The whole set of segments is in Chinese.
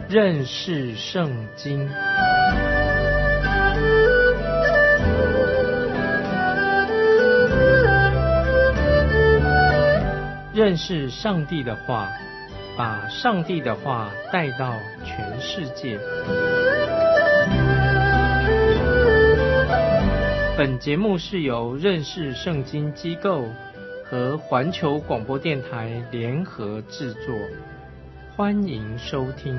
认识圣经。认识上帝的话，把上帝的话带到全世界。本节目是由认识圣经机构和环球广播电台联合制作，欢迎收听。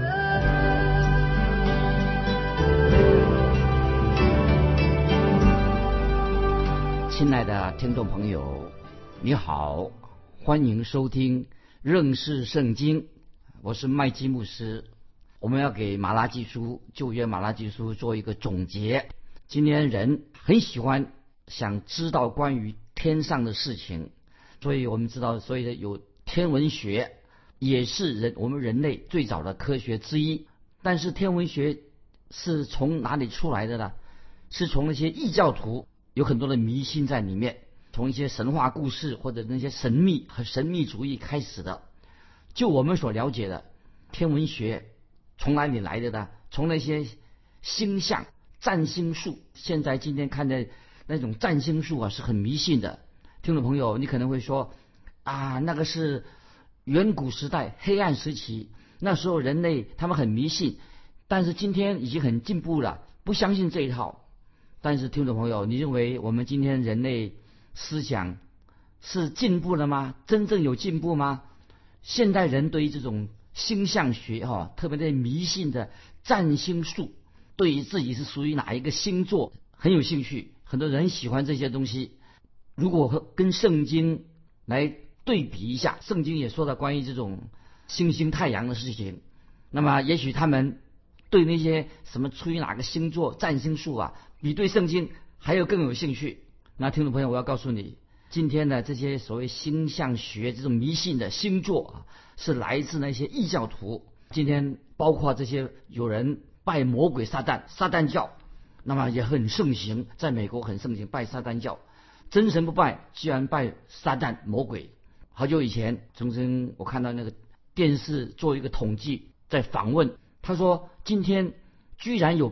亲爱的听众朋友，你好，欢迎收听认识圣经，我是麦基牧师。我们要给马拉基书旧约马拉基书做一个总结。今天人很喜欢想知道关于天上的事情，所以我们知道，所以有天文学也是我们人类最早的科学之一。但是天文学是从哪里出来的呢？是从那些异教徒有很多的迷信在里面，从一些神话故事或者那些神秘和神秘主义开始的。就我们所了解的天文学从哪里来的呢？从那些星象、占星术，现在今天看的那种占星术啊，是很迷信的。听众朋友，你可能会说啊，那个是远古时代黑暗时期，那时候人类他们很迷信，但是今天已经很进步了，不相信这一套。但是听众朋友，你认为我们今天人类思想是进步了吗？真正有进步吗？现代人对于这种星象学特别的迷信的占星术，对于自己是属于哪一个星座很有兴趣，很多人喜欢这些东西。如果跟圣经来对比一下，圣经也说到关于这种星星太阳的事情，那么也许他们对那些什么出于哪个星座占星术啊，比对圣经还有更有兴趣。那听众朋友，我要告诉你，今天的这些所谓星象学这种迷信的星座啊，是来自那些异教徒。今天包括这些有人拜魔鬼撒旦，撒旦教，那么也很盛行，在美国很盛行拜撒旦教，真神不拜，居然拜撒旦魔鬼。好久以前，我看到那个电视做一个统计，在访问，他说今天居然有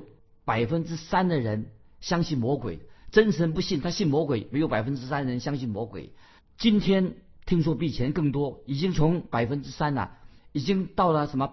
3%的人相信魔鬼，真神不信，他信魔鬼，没有3%人相信魔鬼。今天听说比以前更多，已经从3%啊，已经到了什么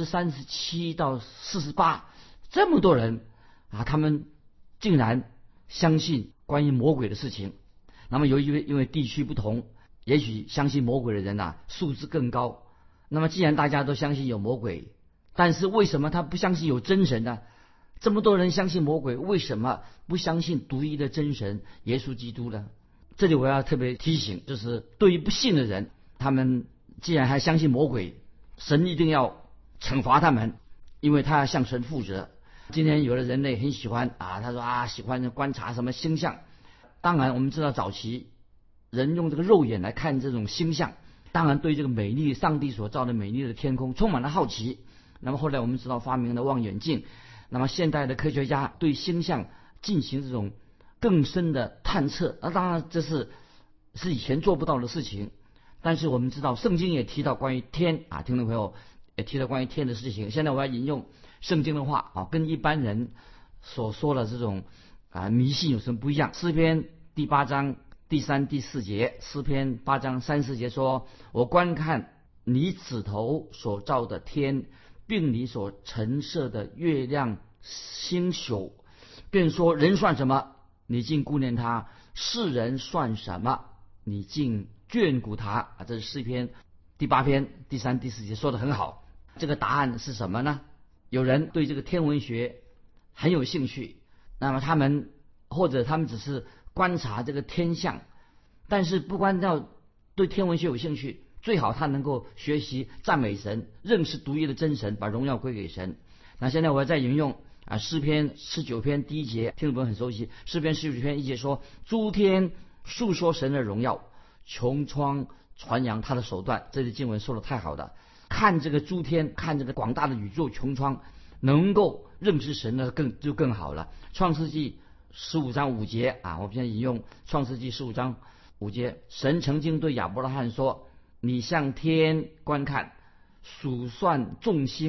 37%到48%，这么多人啊，他们竟然相信关于魔鬼的事情。那么因为地区不同，也许相信魔鬼的人啊数字更高。那么既然大家都相信有魔鬼，但是为什么他不相信有真神呢？这么多人相信魔鬼，为什么不相信独一的真神耶稣基督呢？这里我要特别提醒，就是对于不信的人，他们既然还相信魔鬼，神一定要惩罚他们，因为他要向神负责。今天有的人类很喜欢啊，他说喜欢观察什么星象。当然我们知道早期人用这个肉眼来看这种星象，当然对这个美丽上帝所造的美丽的天空充满了好奇。那么后来我们知道发明了望远镜，那么现代的科学家对星象进行这种更深的探测，当然这是以前做不到的事情。但是我们知道圣经也提到关于天啊，听众朋友也提到关于天的事情。现在我要引用圣经的话啊，跟一般人所说的这种迷信有什么不一样。诗篇第8章第3、第4节，诗篇8章3、4节说，我观看你指头所造的天，并你所陈设的月亮星宿，便说人算什么，你竟顾念他；世人算什么，你竟眷顾他。这是诗篇第8篇第3、第4节说得很好。这个答案是什么呢？有人对这个天文学很有兴趣，那么他们只是观察这个天象，但是不光要对天文学有兴趣，最好他能够学习赞美神，认识独一的真神，把荣耀归给神。那现在我要再引用诗篇19篇第1节，听众朋友很熟悉。诗篇19篇1节说，诸天述说神的荣耀，穹苍传扬他的手段。这些经文说的太好了，看这个诸天，看这个广大的宇宙穹苍，能够认识神呢更好了。创世纪15章5节我们现在引用创世纪15章5节，神曾经对亚伯拉罕说，你向天观看，数算众星，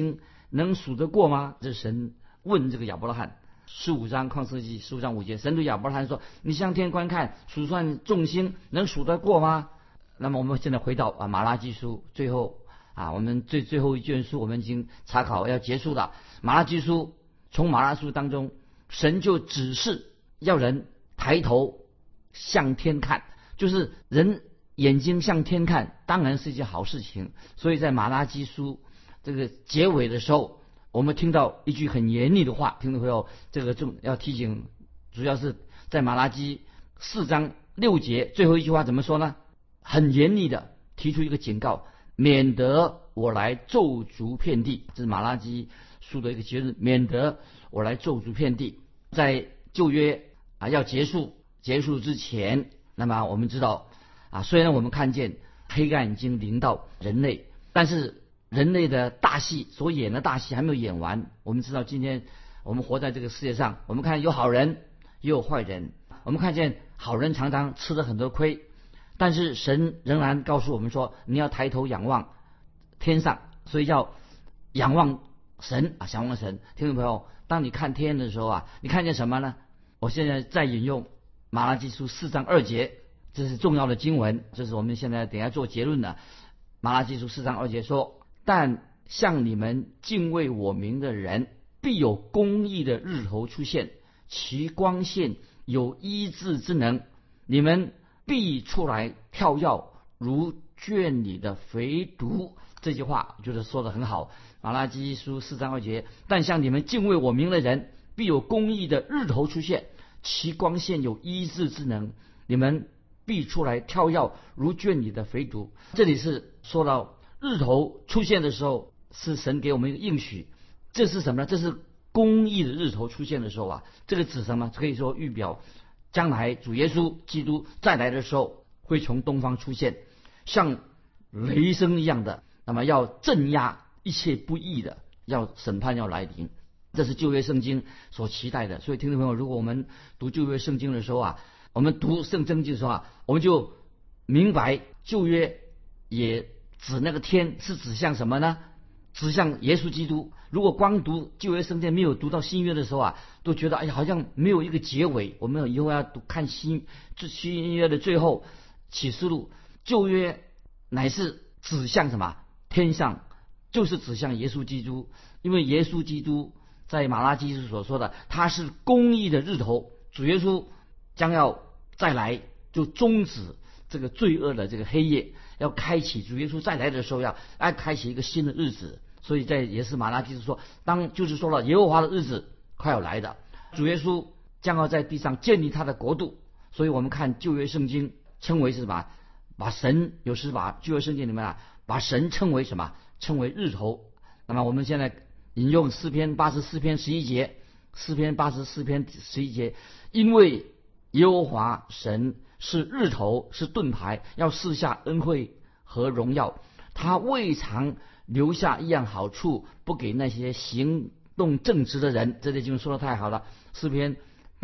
能数得过吗？这是神问这个亚伯拉罕。15章创世纪15章5节，神对亚伯拉罕说：你向天观看，数算众星，能数得过吗？那么我们现在回到马拉基书最后我们最后一卷书我们已经查考要结束了。马拉基书，从马拉书当中，神就指示要人抬头向天看，就是人眼睛向天看，当然是一件好事情。所以在马拉基书这个结尾的时候，我们听到一句很严厉的话，听众朋友，这个要提醒，主要是在马拉基4章6节最后一句话怎么说呢？很严厉的提出一个警告，免得我来咒诅遍地。这是马拉基书的一个结论，免得我来咒诅遍地。在旧约要结束之前，那么我们知道虽然我们看见黑暗已经临到人类，但是人类的大戏所演的大戏还没有演完。我们知道今天我们活在这个世界上，我们看有好人也有坏人，我们看见好人常常吃了很多亏，但是神仍然告诉我们说，你要抬头仰望天上，所以要仰望神仰望神。听众朋友，当你看天的时候你看见什么呢？我现在在引用马拉基书4章2节，这是重要的经文，这是我们现在等一下做结论的。马拉基书4章2节说，但向你们敬畏我名的人，必有公义的日头出现，其光线有医治之能，你们必出来跳跃，如圈里的肥犊。这句话就是说得很好。马拉基书4章2节，但向你们敬畏我名的人，必有公义的日头出现，其光线有医治之能，你们必出来跳跃，如圈里的肥犊。这里是说到日头出现的时候，是神给我们一个应许。这是什么呢？这是公义的日头出现的时候这个指什么？可以说预表将来主耶稣基督再来的时候，会从东方出现，像雷声一样的，那么要镇压一切不义的，要审判要来临。这是旧约圣经所期待的。所以听众朋友，如果我们读旧约圣经的时候我们读圣经的时候我们就明白旧约也指那个天是指向什么呢？指向耶稣基督。如果光读旧约圣经没有读到新约的时候都觉得好像没有一个结尾。我们以后要看新约的最后启示录，旧约乃是指向什么？天上，就是指向耶稣基督。因为耶稣基督在马拉基书所说的，他是公义的日头，主耶稣将要再来，就终止这个罪恶的这个黑夜，要开启主耶稣再来的时候要开启一个新的日子。所以在也是马拉基书说，就是说了耶和华的日子快要来的，主耶稣将要在地上建立他的国度。所以我们看旧约圣经称为是什么？把神，有时把旧约圣经里面把神称为什么？称为日头。那么我们现在引用诗篇84篇11节，诗篇84篇11节，因为耶和华神是日头，是盾牌，要赐下恩惠和荣耀，他未尝留下一样好处不给那些行动正直的人。这里经文说的太好了，诗篇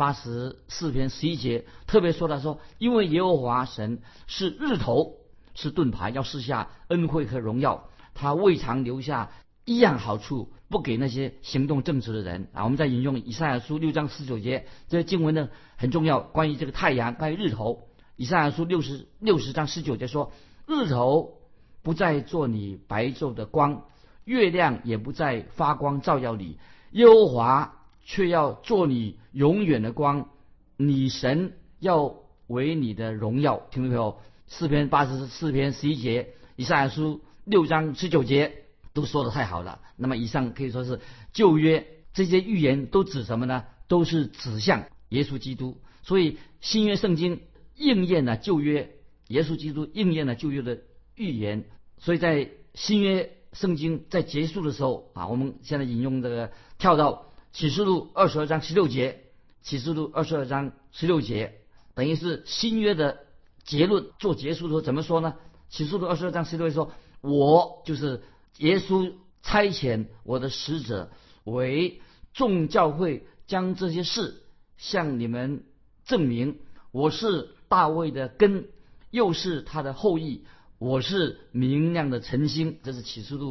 84篇11节特别说了，说因为耶和华神是日头，是盾牌，要赐下恩惠和荣耀，他未尝留下一样好处不给那些行动正直的人我们再引用以赛亚书6章19节，这些经文呢很重要，关于这个太阳，关于日头。以赛亚书60章19节说，日头不再做你白昼的光，月亮也不再发光照耀你，耶和华却要做你永远的光，你神要为你的荣耀。听众朋友，诗篇84篇11节，以赛亚书6章19节都说得太好了。那么以上可以说是旧约这些预言都指什么呢？都是指向耶稣基督。所以新约圣经应验了旧约，耶稣基督应验了旧约的预言。所以在新约圣经在结束的时候我们现在引用这个跳到启示录22章16节，启示录22章16节等于是新约的结论，做结束的时候怎么说呢？启示录22章16节说，我就是耶稣差遣我的使者为众教会，将这些事向你们证明。我是大卫的根，又是他的后裔，我是明亮的晨星。这是启示录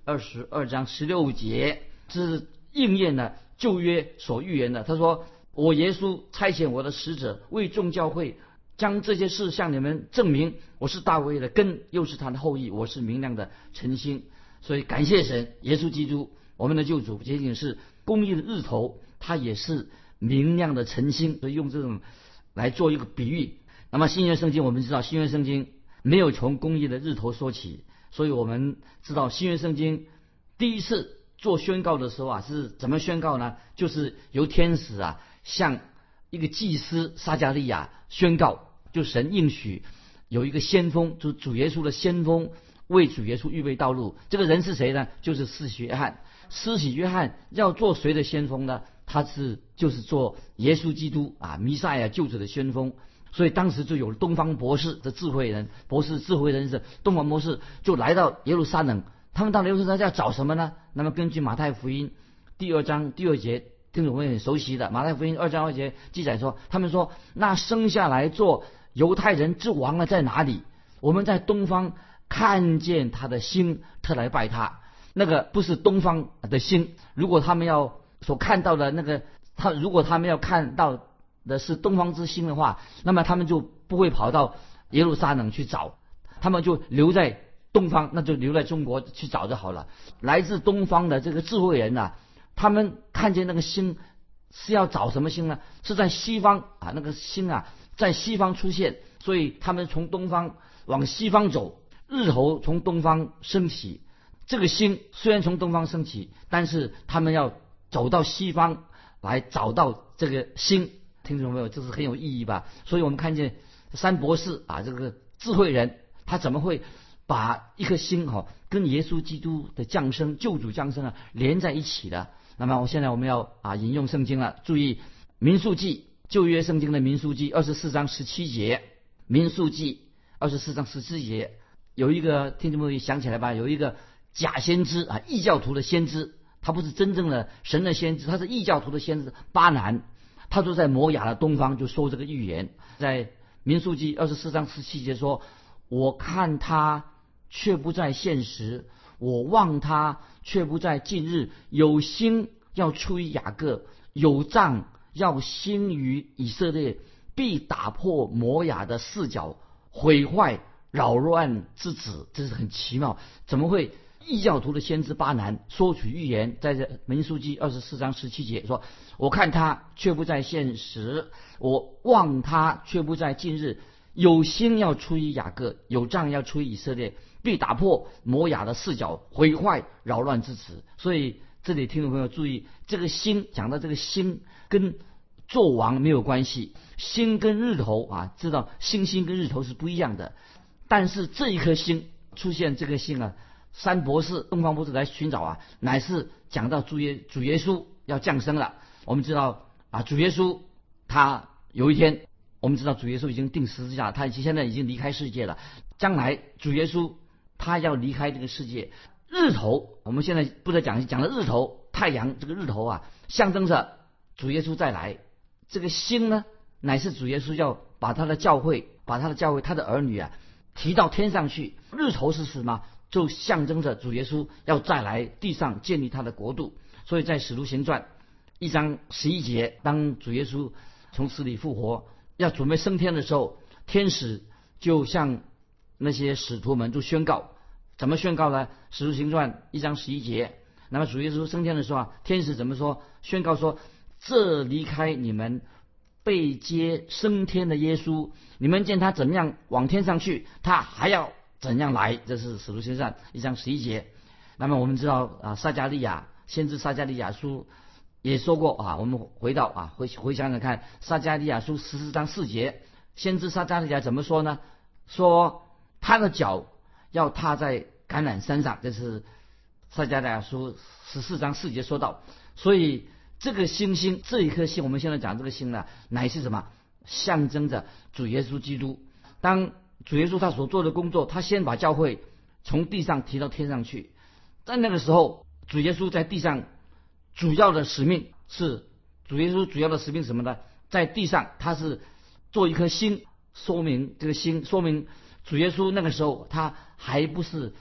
22章16节，这是应验了旧约所预言的。他说：我耶稣差遣我的使者为众教会将这些事向你们证明，我是大卫的根，又是他的后裔，我是明亮的晨星。所以感谢神，耶稣基督我们的救主仅仅是公义的日头，他也是明亮的晨星。所以用这种来做一个比喻。那么新约圣经我们知道，新约圣经没有从公义的日头说起，所以我们知道新约圣经第一次做宣告的时候是怎么宣告呢？就是由天使向一个祭司撒迦利亚宣告，就神应许有一个先锋，就是主耶稣的先锋，为主耶稣预备道路。这个人是谁呢？就是施洗约翰。施洗约翰要做谁的先锋呢？他就是做耶稣基督弥赛亚救主的先锋。所以当时就有东方博士的智慧人，智慧人是东方博士，就来到耶路撒冷。他们到耶路撒冷要找什么呢？那么根据马太福音第2章第2节，听众朋友很熟悉的马太福音2章2节记载说，他们说那生下来做犹太人之王在哪里？我们在东方看见他的星，特来拜他。那个不是东方的星，如果他们所看到的如果他们要看到的是东方之星的话，那么他们就不会跑到耶路撒冷去找，他们就留在东方，那就留在中国去找就好了。来自东方的这个智慧人他们看见那个星是要找什么星呢？是在西方那个星在西方出现，所以他们从东方往西方走，日头从东方升起。这个星虽然从东方升起，但是他们要走到西方来找到这个星。听众朋友，这是很有意义吧？所以我们看见三博士这个智慧人，他怎么会把一颗星跟耶稣基督的降生、救主降生连在一起的？那么现在我们要引用圣经了，注意民数记，旧约圣经的民数记24章17节，民数记24章17节有一个，听众朋友想起来吧，有一个假先知异教徒的先知，他不是真正的神的先知，他是异教徒的先知巴南，他就在摩亚的东方就说这个预言。在民数记24章17节说，我看他却不在现时，我望他却不在近日，有星要出于雅各，有杖要兴于以色列，必打破摩亚的四角，毁坏扰乱之子。这是很奇妙，怎么会异教徒的先知巴南说取预言？在这民数记24章17节说，我看他却不在现时，我望他却不在近日，有星要出于雅各，有杖要出于以色列，必打破摩亚的四角，毁坏扰乱之子。所以这里听众朋友注意，这个星讲到这个星跟纣王没有关系，星跟日头知道星星跟日头是不一样的，但是这一颗星出现，这个星三博士东方博士来寻找乃是讲到主耶稣要降生了。我们知道主耶稣他有一天，我们知道主耶稣已经钉十字架，他现在已经离开世界了，将来主耶稣他要离开这个世界。日头我们现在不再讲的日头，太阳这个日头象征着主耶稣再来。这个星呢，乃是主耶稣要把他的教会他的儿女提到天上去。日头是什么？就象征着主耶稣要再来地上建立他的国度。所以在使徒行传1章11节，当主耶稣从死里复活要准备升天的时候，天使就向那些使徒们就宣告，怎么宣告呢？使徒行传1章11节，那么主耶稣升天的时候天使怎么说？宣告说，这离开你们被接升天的耶稣，你们见他怎么样往天上去，他还要怎样来。这是使徒行传1章11节。那么我们知道撒迦利亚先知撒迦利亚书也说过我们回到回想想看，撒迦利亚书14章4节，先知撒迦利亚怎么说呢？说他的脚要踏在橄榄山上，这是撒迦利亚书14章4节说到。所以这个星星，这一颗星，我们现在讲这个星呢，乃是什么？象征着主耶稣基督。当主耶稣他所做的工作，他先把教会从地上提到天上去。在那个时候，主耶稣在地上主要的使命是什么呢？在地上他是做一颗星，说明这个星说明主耶稣那个时候他还不是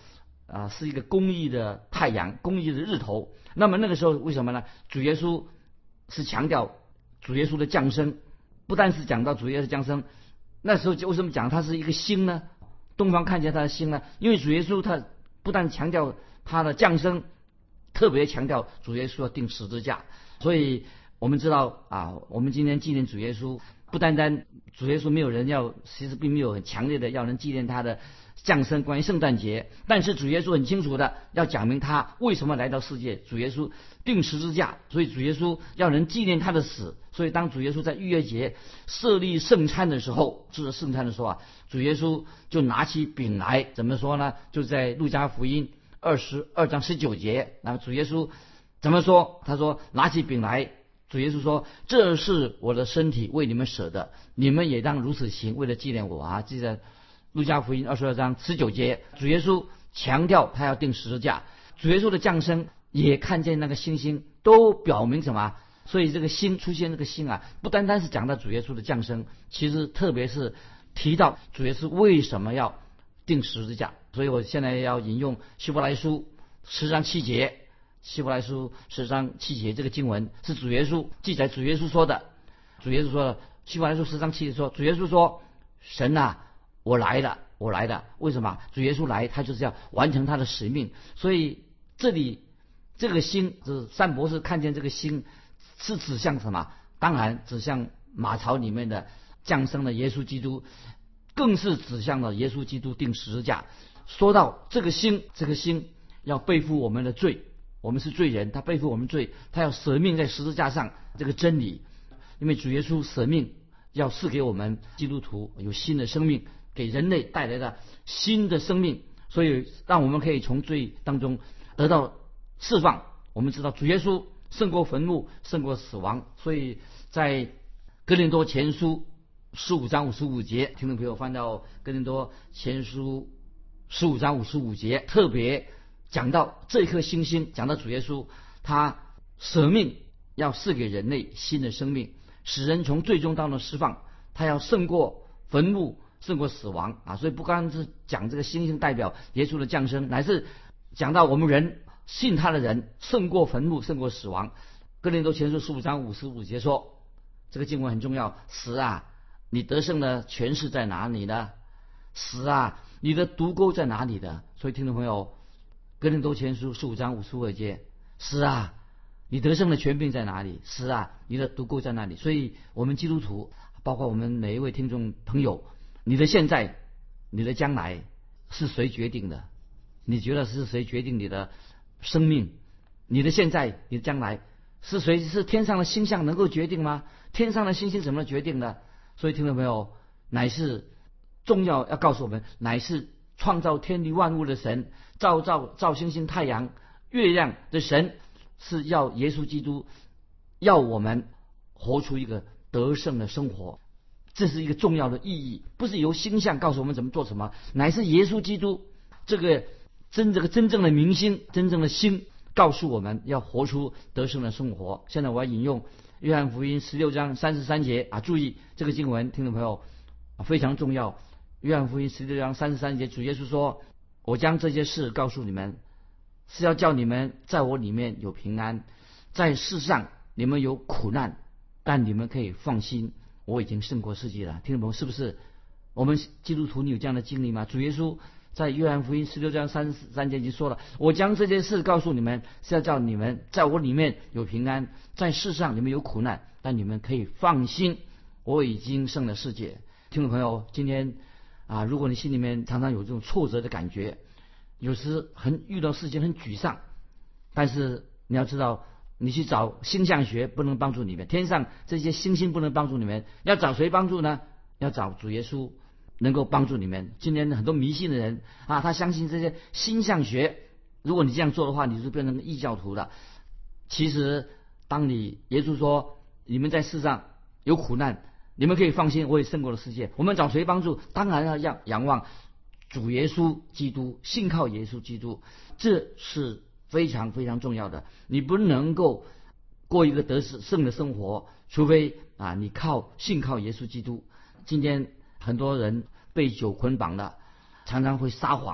是一个公义的太阳，公义的日头。那么那个时候为什么呢？主耶稣是强调主耶稣的降生，不但是讲到主耶稣的降生，那时候为什么讲他是一个星呢？东方看见他的星呢？因为主耶稣他不但强调他的降生，特别强调主耶稣要钉十字架。所以我们知道我们今天纪念主耶稣，不单单主耶稣没有人要，其实并没有很强烈的要人纪念他的降生，关于圣诞节，但是主耶稣很清楚的要讲明他为什么来到世界。主耶稣钉十字架，所以主耶稣要人纪念他的死。所以当主耶稣在逾越节设立圣餐的时候，就是圣餐的时候主耶稣就拿起饼来，怎么说呢？就在路加福音22章19节，那么主耶稣怎么说？他说拿起饼来，主耶稣说这是我的身体，为你们舍的，你们也当如此行，为了纪念我记得路加福音22章19节，主耶稣强调他要钉十字架。主耶稣的降生也看见那个星星，都表明什么？所以这个星出现，这个星不单单是讲到主耶稣的降生，其实特别是提到主耶稣为什么要钉十字架。所以我现在要引用希伯来书10章7节，希伯来书10章7节，这个经文是主耶稣记载，主耶稣说的。主耶稣说的，希伯来书10章7节说，主耶稣说：“神我来了，我来了。”为什么？主耶稣来，他就是要完成他的使命。所以这里这个星，就是三博士看见这个星是指向什么？当然指向马槽里面的降生的耶稣基督，更是指向了耶稣基督钉十字架。说到这个星，这个星要背负我们的罪，我们是罪人，他背负我们罪，他要舍命在十字架上，这个真理。因为主耶稣舍命要赐给我们基督徒有新的生命，给人类带来了新的生命，所以让我们可以从罪当中得到释放。我们知道主耶稣胜过坟墓，胜过死亡。所以在哥林多前书15章55节，听众朋友翻到哥林多前书15章55节，特别讲到这一颗星星，讲到主耶稣他舍命要赐给人类新的生命，使人从最终当中释放，他要胜过坟墓，胜过死亡所以不光是讲这个星星代表耶稣的降生，乃是讲到我们人信他的人胜过坟墓，胜过死亡。哥林多前书15章55节说，这个经文很重要，死你得胜的权势在哪里呢？死你的毒钩在哪里的？所以听众朋友，哥林多前书15章52节，死你得胜的权柄在哪里？死你的毒钩在哪里？所以我们基督徒，包括我们每一位听众朋友，你的现在，你的将来是谁决定的？你觉得是谁决定你的生命？你的现在，你的将来是谁？是天上的星象能够决定吗？天上的星星怎么决定的？所以听众朋友，乃是重要要告诉我们，乃是创造天地万物的神，造星星、太阳、月亮的神，是要耶稣基督要我们活出一个得胜的生活。这是一个重要的意义，不是由星象告诉我们怎么做什么，乃是耶稣基督这个真正的明星，真正的星，告诉我们要活出得胜的生活。现在我要引用约翰福音16章33节注意这个经文，听众朋友非常重要。约翰福音16章33节，主耶稣说：“我将这些事告诉你们，是要叫你们在我里面有平安，在世上你们有苦难，但你们可以放心，我已经胜过世界了。”听众朋友，是不是我们基督徒你有这样的经历吗？主耶稣在约翰福音16章33节已经说了：“我将这些事告诉你们，是要叫你们在我里面有平安，在世上你们有苦难，但你们可以放心，我已经胜了世界。”听众朋友，今天如果你心里面常常有这种挫折的感觉，有时遇到事情很沮丧，但是你要知道，你去找星象学不能帮助你们，天上这些星星不能帮助你们，要找谁帮助呢？要找主耶稣能够帮助你们。今天很多迷信的人他相信这些星象学，如果你这样做的话，你就变成异教徒了。其实当耶稣说你们在世上有苦难，你们可以放心，我也胜过了世界。我们找谁帮助？当然要仰望主耶稣基督，信靠耶稣基督，这是非常非常重要的。你不能够过一个得胜的生活，除非你信靠耶稣基督。今天很多人被酒捆绑了，常常会撒谎，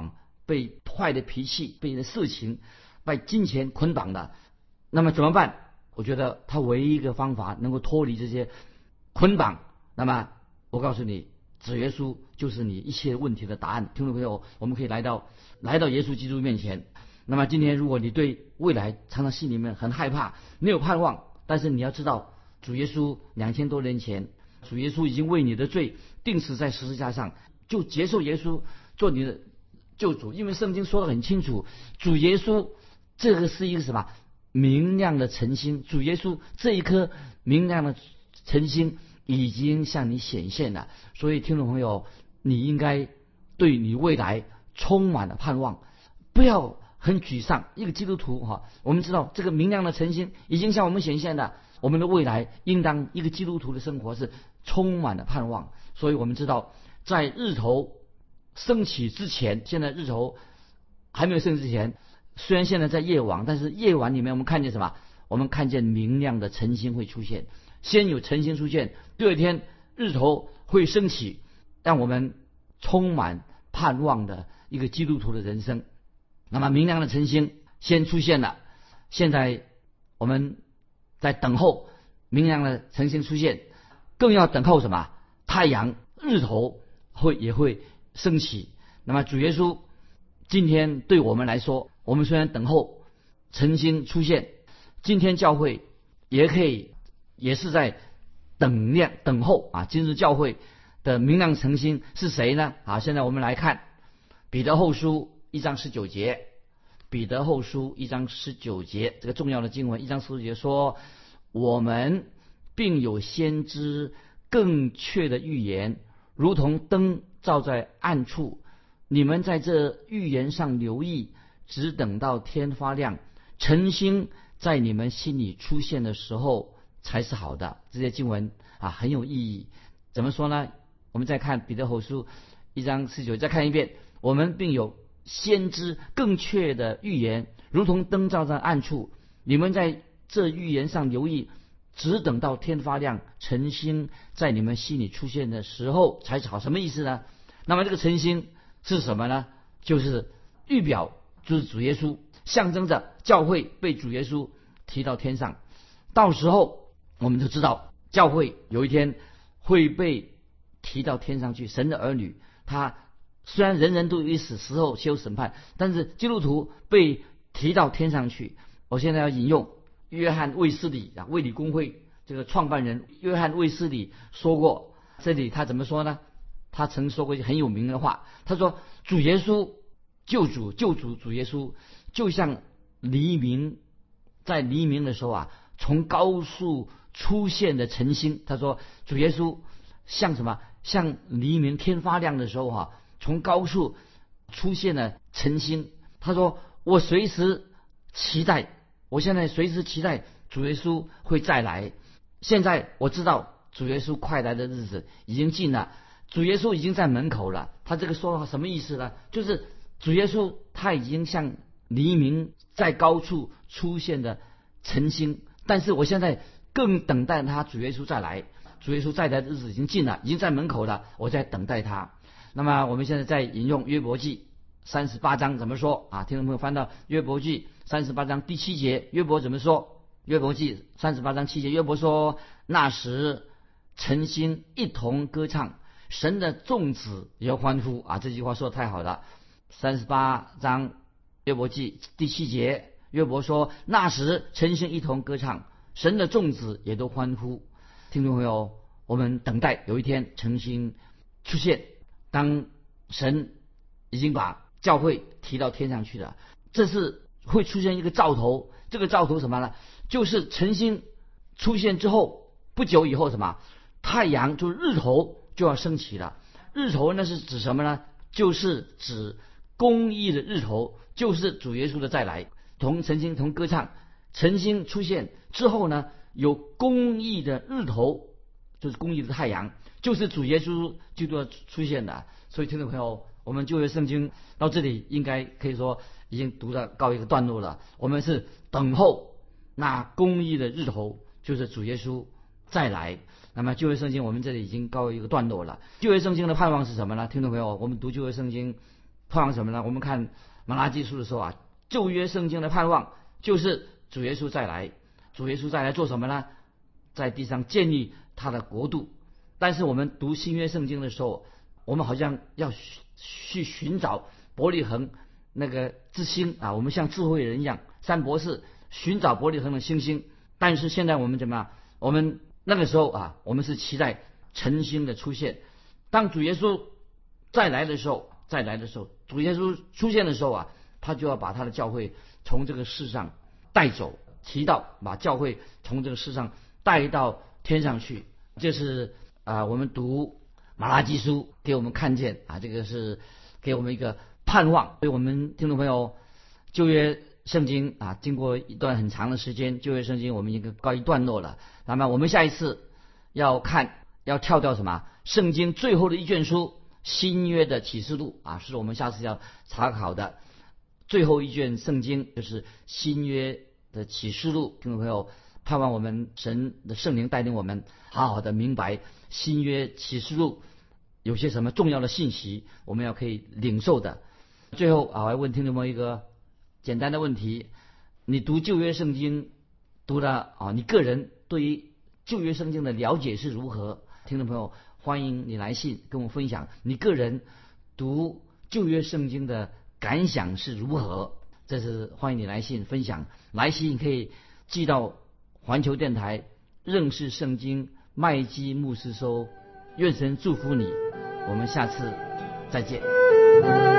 被坏的脾气、被事情、被金钱捆绑的，那么怎么办？我觉得他唯一一个方法能够脱离这些捆绑，那么我告诉你，主耶稣就是你一切问题的答案。听众朋友，我们可以来到耶稣基督面前。那么今天如果你对未来常常心里面很害怕，没有盼望，但是你要知道，主耶稣2000多年前，主耶稣已经为你的罪钉死在十字架上，就接受耶稣做你的救主。因为圣经说得很清楚，主耶稣这个是一个什么？明亮的晨星。主耶稣这一颗明亮的晨星已经向你显现了。所以听众朋友，你应该对你未来充满了盼望，不要很沮丧。一个基督徒我们知道这个明亮的晨星已经向我们显现了，我们的未来应当一个基督徒的生活是充满了盼望。所以我们知道，在日头升起之前，现在日头还没有升之前，虽然现在在夜晚，但是夜晚里面我们看见什么？我们看见明亮的晨星会出现。先有晨星出现，第二天日头会升起，让我们充满盼望的一个基督徒的人生。那么明亮的晨星先出现了，现在我们在等候明亮的晨星出现，更要等候什么？太阳、日头也会升起。那么主耶稣今天对我们来说，我们虽然等候晨星出现，今天教会也是在等候今日教会的明亮晨星是谁呢？现在我们来看彼得后书1章19节。彼得后书1章19节，这个重要的经文，1章19节说，我们并有先知更确的预言，如同灯照在暗处，你们在这预言上留意，只等到天发亮，晨星在你们心里出现的时候才是好的。这些经文很有意义。怎么说呢？我们再看彼得后书1章19，再看一遍，我们并有先知更确的预言，如同灯照在暗处，你们在这预言上留意，只等到天发亮，晨星在你们心里出现的时候才是好。什么意思呢？那么这个晨星是什么呢？就是预表，就是主耶稣，象征着教会被主耶稣提到天上。到时候我们就知道，教会有一天会被提到天上去。神的儿女，他虽然人人都有一死，死后有审判，但是基督徒被提到天上去。我现在要引用约翰卫斯理卫理公会这个创办人约翰卫斯理说过，这里他怎么说呢？他曾说过一句很有名的话，他说主耶稣救主主耶稣就像黎明，在黎明的时候从高处出现的晨星。他说主耶稣像什么？像黎明天发亮的时候从高处出现了晨星。他说我随时期待，我现在随时期待主耶稣会再来。现在我知道主耶稣快来的日子已经近了，主耶稣已经在门口了。他这个说的话什么意思呢？就是主耶稣他已经像黎明在高处出现的晨星，但是我现在更等待他主耶稣再来。主耶稣再来的日子已经近了，已经在门口了，我在等待他。那么我们现在在引用约伯记38章怎么说听众朋友翻到约伯记38章第7节，约伯怎么说？约伯记38章7节，约伯说，那时晨星一同歌唱，神的众子也欢呼这句话说得太好了。38章约伯记第7节，约伯说，那时晨星一同歌唱，神的众子也都欢呼。听众朋友，我们等待有一天晨星出现，当神已经把教会提到天上去了，这是会出现一个兆头。这个兆头什么呢？就是晨星出现之后不久以后，什么？太阳就是日头就要升起了。日头那是指什么呢？就是指公义的日头，就是主耶稣的再来。同晨星同歌唱，晨星出现之后呢，有公义的日头，就是公义的太阳，就是主耶稣基督出现的。所以听众朋友，我们旧约圣经到这里应该可以说已经读到告一个段落了。我们是等候那公义的日头，就是主耶稣再来。那么旧约圣经我们这里已经告一个段落了。旧约圣经的盼望是什么呢？听众朋友，我们读旧约圣经盼望什么呢？我们看马拉基书的时候啊，旧约圣经的盼望就是主耶稣再来。主耶稣再来做什么呢？在地上建立他的国度。但是我们读新约圣经的时候，我们好像要去寻找伯利恒那个之星啊，我们像智慧人一样，三博士寻找伯利恒的星星。但是现在我们怎么样？我们那个时候啊，我们是期待晨星的出现。当主耶稣再来的时候，主耶稣出现的时候啊，他就要把他的教会从这个世上带走，提到把教会从这个世上带到天上去。这是我们读马拉基书给我们看见啊，这个是给我们一个盼望。所以我们听众朋友，旧约圣经啊，经过一段很长的时间，旧约圣经我们已经告一段落了。那么我们下一次要跳到什么？圣经最后的一卷书，新约的启示录啊，是我们下次要查考的最后一卷圣经，就是新约的启示录。听众朋友，盼望我们神的圣灵带领我们好好的明白新约启示录有些什么重要的信息，我们要可以领受的。最后我要问听众朋友一个简单的问题：你读旧约圣经读的你个人对于旧约圣经的了解是如何？听众朋友，欢迎你来信跟我分享你个人读旧约圣经的感想是如何。这是欢迎你来信分享。来信可以寄到环球电台认识圣经麦基牧师收。愿神祝福你，我们下次再见。